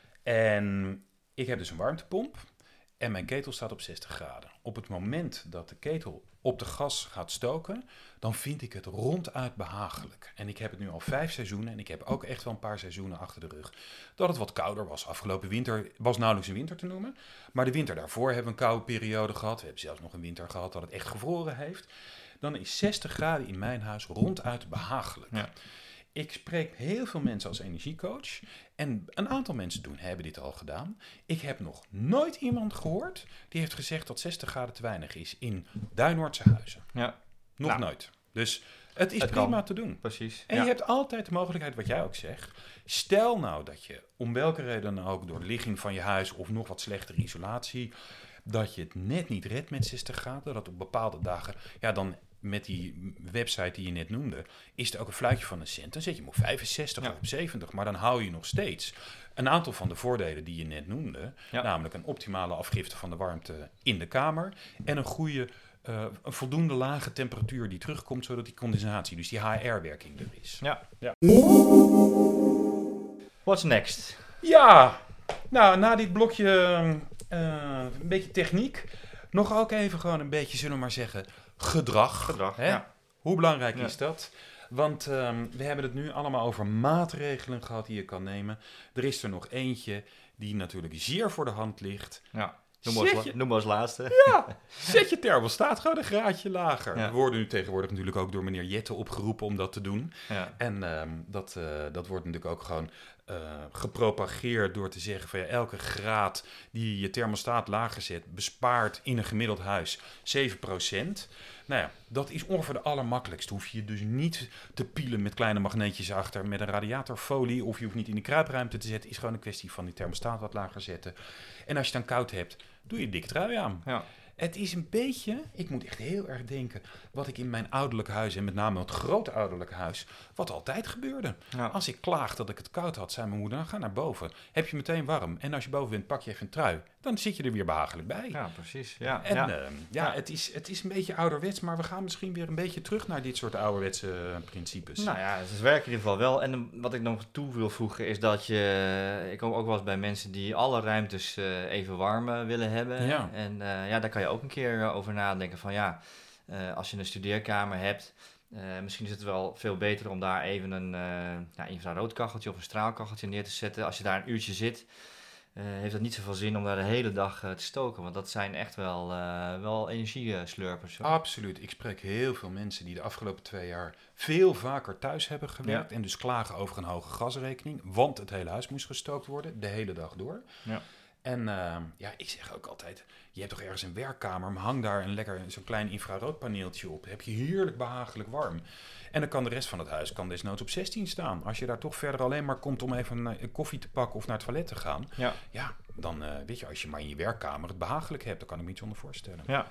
En ik heb dus een warmtepomp en mijn ketel staat op zestig graden. Op het moment dat de ketel op de gas gaat stoken, dan vind ik het ronduit behagelijk. En ik heb het nu al vijf seizoenen en ik heb ook echt wel een paar seizoenen achter de rug dat het wat kouder was. Afgelopen winter was nauwelijks een winter te noemen. Maar de winter daarvoor hebben we een koude periode gehad. We hebben zelfs nog een winter gehad dat het echt gevroren heeft. Dan is zestig graden in mijn huis ronduit behagelijk. Ja. Ik spreek heel veel mensen als energiecoach. En een aantal mensen doen, hebben dit al gedaan. Ik heb nog nooit iemand gehoord die heeft gezegd dat zestig graden te weinig is in Duinoordse huizen. Ja. Nog nou. nooit. Dus het is het prima kan. te doen. Precies. En ja. je hebt altijd de mogelijkheid, wat jij ook zegt. Stel nou dat je, om welke reden dan ook, door de ligging van je huis of nog wat slechtere isolatie, dat je het net niet redt met zestig graden. Dat op bepaalde dagen, ja dan met die website die je net noemde, is er ook een fluitje van een cent. Dan zet je hem op vijfenzestig ja. of op zeventig, maar dan hou je nog steeds een aantal van de voordelen die je net noemde. Ja. Namelijk een optimale afgifte van de warmte in de kamer en een goede, uh, een voldoende lage temperatuur die terugkomt, zodat die condensatie, dus die H R-werking er is. Ja. ja. What's next? Ja, nou, na dit blokje uh, een beetje techniek, nog ook even gewoon een beetje, zullen we maar zeggen, gedrag. Gedrag, hè? ja. Hoe belangrijk ja. is dat? Want um, we hebben het nu allemaal over maatregelen gehad die je kan nemen. Er is er nog eentje die natuurlijk zeer voor de hand ligt. Ja. Noem als, je, noem als laatste. Ja, zet je thermostaat gewoon een graadje lager. Ja. We worden nu tegenwoordig natuurlijk ook door meneer Jette opgeroepen om dat te doen. Ja. En um, dat, uh, dat wordt natuurlijk ook gewoon uh, gepropageerd door te zeggen van ja, elke graad die je thermostaat lager zet, bespaart in een gemiddeld huis zeven procent. Nou ja, dat is ongeveer de allermakkelijkste. Hoef je dus niet te pielen met kleine magneetjes achter met een radiatorfolie, of je hoeft niet in de kruipruimte te zetten. Is gewoon een kwestie van die thermostaat wat lager zetten. En als je het dan koud hebt, doe je een dikke trui aan. Ja. Het is een beetje, ik moet echt heel erg denken, wat ik in mijn ouderlijk huis, en met name het grote ouderlijk huis, wat altijd gebeurde. Ja. Als ik klaag dat ik het koud had, zei mijn moeder, dan ga naar boven. Heb je meteen warm. En als je boven bent, pak je even een trui. Dan zit je er weer behagelijk bij. Ja, precies. Ja, en ja. Uh, ja, ja. Het, is, het is een beetje ouderwets, maar we gaan misschien weer een beetje terug naar dit soort ouderwetse uh, principes. Nou ja, het werkt in ieder geval wel. En wat ik nog toe wil voegen is dat je, ik kom ook wel eens bij mensen die alle ruimtes uh, even warm uh, willen hebben. Ja. En uh, ja, daar kan je ook een keer uh, over nadenken van ja, uh, als je een studeerkamer hebt, uh, misschien is het wel veel beter om daar even een uh, ja, infraroodkacheltje of een straalkacheltje neer te zetten. Als je daar een uurtje zit, Uh, heeft het niet zoveel zin om daar de hele dag uh, te stoken. Want dat zijn echt wel, uh, wel energieslurpers. Hoor. Absoluut. Ik spreek heel veel mensen die de afgelopen twee jaar veel vaker thuis hebben gewerkt. Ja. En dus klagen over een hoge gasrekening. Want het hele huis moest gestookt worden, de hele dag door. Ja. En uh, ja, ik zeg ook altijd, je hebt toch ergens een werkkamer, maar hang daar een lekker zo'n klein infraroodpaneeltje op. Dan heb je heerlijk behagelijk warm. En dan kan de rest van het huis kan desnoods op zestien staan. Als je daar toch verder alleen maar komt om even een koffie te pakken of naar het toilet te gaan. Ja, ja dan uh, weet je, als je maar in je werkkamer het behagelijk hebt, dan kan ik me iets onder voorstellen. Ja.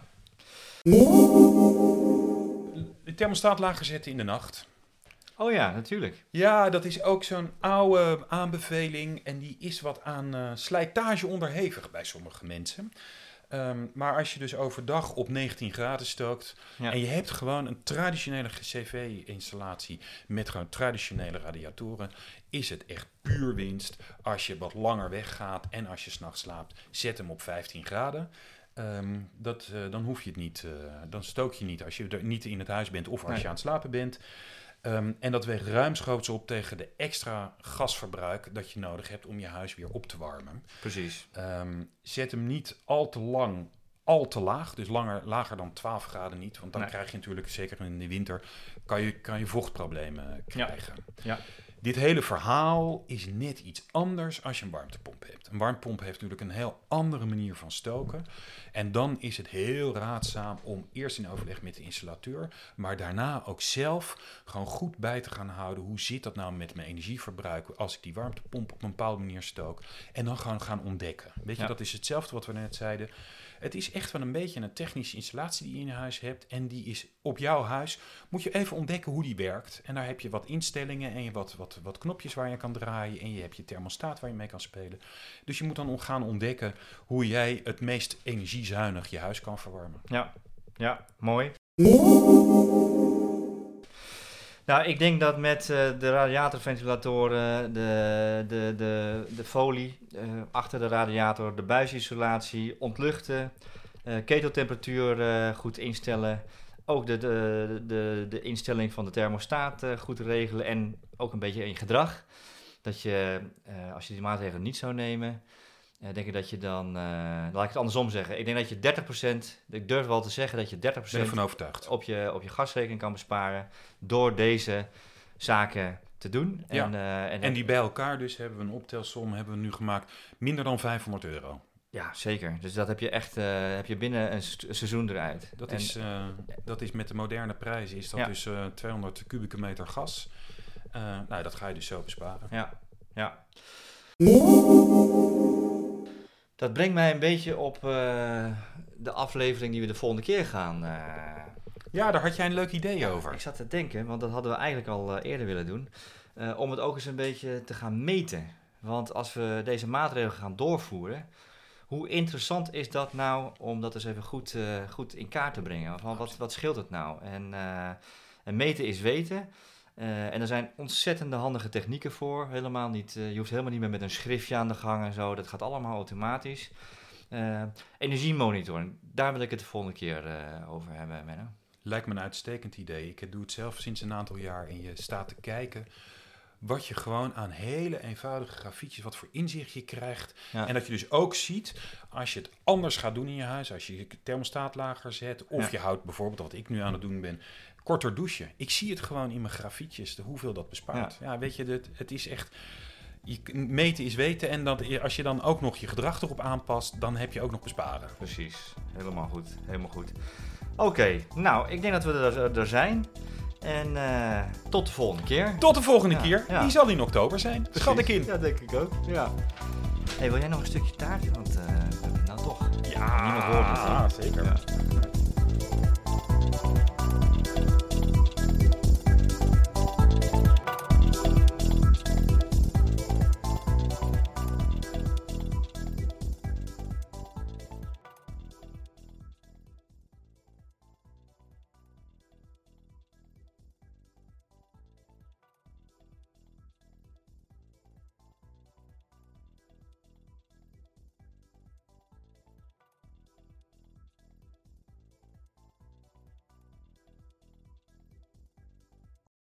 De thermostaat lager zetten in de nacht. Oh ja, natuurlijk. Ja, dat is ook zo'n oude aanbeveling en die is wat aan uh, slijtage onderhevig bij sommige mensen. Um, maar als je dus overdag op negentien graden stookt ja. en je hebt gewoon een traditionele C V-installatie met gewoon traditionele radiatoren, is het echt puur winst als je wat langer weggaat en als je 's nachts slaapt, zet hem op vijftien graden. Um, dat, uh, dan hoef je het niet, uh, dan stook je niet als je er niet in het huis bent of als nee. je aan het slapen bent. Um, en dat weegt ruimschoots op tegen de extra gasverbruik dat je nodig hebt om je huis weer op te warmen. Precies. Um, zet hem niet al te lang, al te laag. Dus langer, lager dan twaalf graden niet. Want dan nee. krijg je natuurlijk, zeker in de winter, kan je, kan je vochtproblemen krijgen. Ja. Ja. Dit hele verhaal is net iets anders als je een warmtepomp hebt. Een warmtepomp heeft natuurlijk een heel andere manier van stoken. En dan is het heel raadzaam om eerst in overleg met de installateur, maar daarna ook zelf gewoon goed bij te gaan houden. Hoe zit dat nou met mijn energieverbruik als ik die warmtepomp op een bepaalde manier stook? En dan gewoon gaan ontdekken. Weet je, ja. dat is hetzelfde wat we net zeiden. Het is echt wel een beetje een technische installatie die je in je huis hebt. En die is op jouw huis. Moet je even ontdekken hoe die werkt. En daar heb je wat instellingen en je wat, wat, wat knopjes waar je kan draaien. En je hebt je thermostaat waar je mee kan spelen. Dus je moet dan gaan ontdekken hoe jij het meest energiezuinig je huis kan verwarmen. Ja, ja, mooi. Nou, ik denk dat met uh, de radiatorventilatoren, de, de, de, de folie uh, achter de radiator, de buisisolatie, ontluchten, uh, keteltemperatuur uh, goed instellen, ook de, de, de, de instelling van de thermostaat uh, goed regelen en ook een beetje in je gedrag. Dat je, uh, als je die maatregelen niet zou nemen, uh, denk ik dat je dan, uh, laat ik het andersom zeggen, ik denk dat je dertig procent, ik durf wel te zeggen dat je dertig procent ben ervan overtuigd. Op je, op je gasrekening kan besparen door deze zaken te doen. Ja. En, uh, en, en die bij elkaar dus hebben we een optelsom hebben we nu gemaakt minder dan vijfhonderd euro. Ja, zeker. Dus dat heb je echt uh, heb je binnen een s- seizoen eruit. Dat, en, is, uh, dat is met de moderne prijzen is dat ja. dus uh, tweehonderd kubieke meter gas. Uh, nou, dat ga je dus zo besparen. Ja, ja. Dat brengt mij een beetje op uh, de aflevering die we de volgende keer gaan. Uh, ja, daar had jij een leuk idee over. Ik zat te denken, want dat hadden we eigenlijk al uh, eerder willen doen. Uh, om het ook eens een beetje te gaan meten. Want als we deze maatregelen gaan doorvoeren, hoe interessant is dat nou om dat eens even goed, uh, goed in kaart te brengen? Van wat, wat scheelt het nou? En, uh, en meten is weten. Uh, en er zijn ontzettende handige technieken voor. Helemaal niet, uh, je hoeft helemaal niet meer met een schriftje aan de gang en zo. Dat gaat allemaal automatisch. Uh, energiemonitoring, daar wil ik het de volgende keer uh, over hebben, Menno. Lijkt me een uitstekend idee. Ik doe het zelf sinds een aantal jaar en je staat te kijken wat je gewoon aan hele eenvoudige grafiekjes, wat voor inzicht je krijgt. Ja. En dat je dus ook ziet, als je het anders gaat doen in je huis, als je je thermostaat lager zet, of ja. je houdt bijvoorbeeld, wat ik nu aan het doen ben, korter douchen. Ik zie het gewoon in mijn grafiekjes, de, hoeveel dat bespaart. Ja, ja weet je, het, het is echt, je, meten is weten en dat, als je dan ook nog je gedrag erop aanpast, dan heb je ook nog besparen. Precies, helemaal goed, helemaal goed. Oké, okay, nou, ik denk dat we er, er zijn. En uh, tot de volgende keer. Tot de volgende ja, keer. Ja. Die zal in oktober zijn. Schat ik in. Ja, denk ik ook. Ja. Hey, wil jij nog een stukje taart? Want uh, nou toch. Ja, niemand hoort het. Zeker. Ja.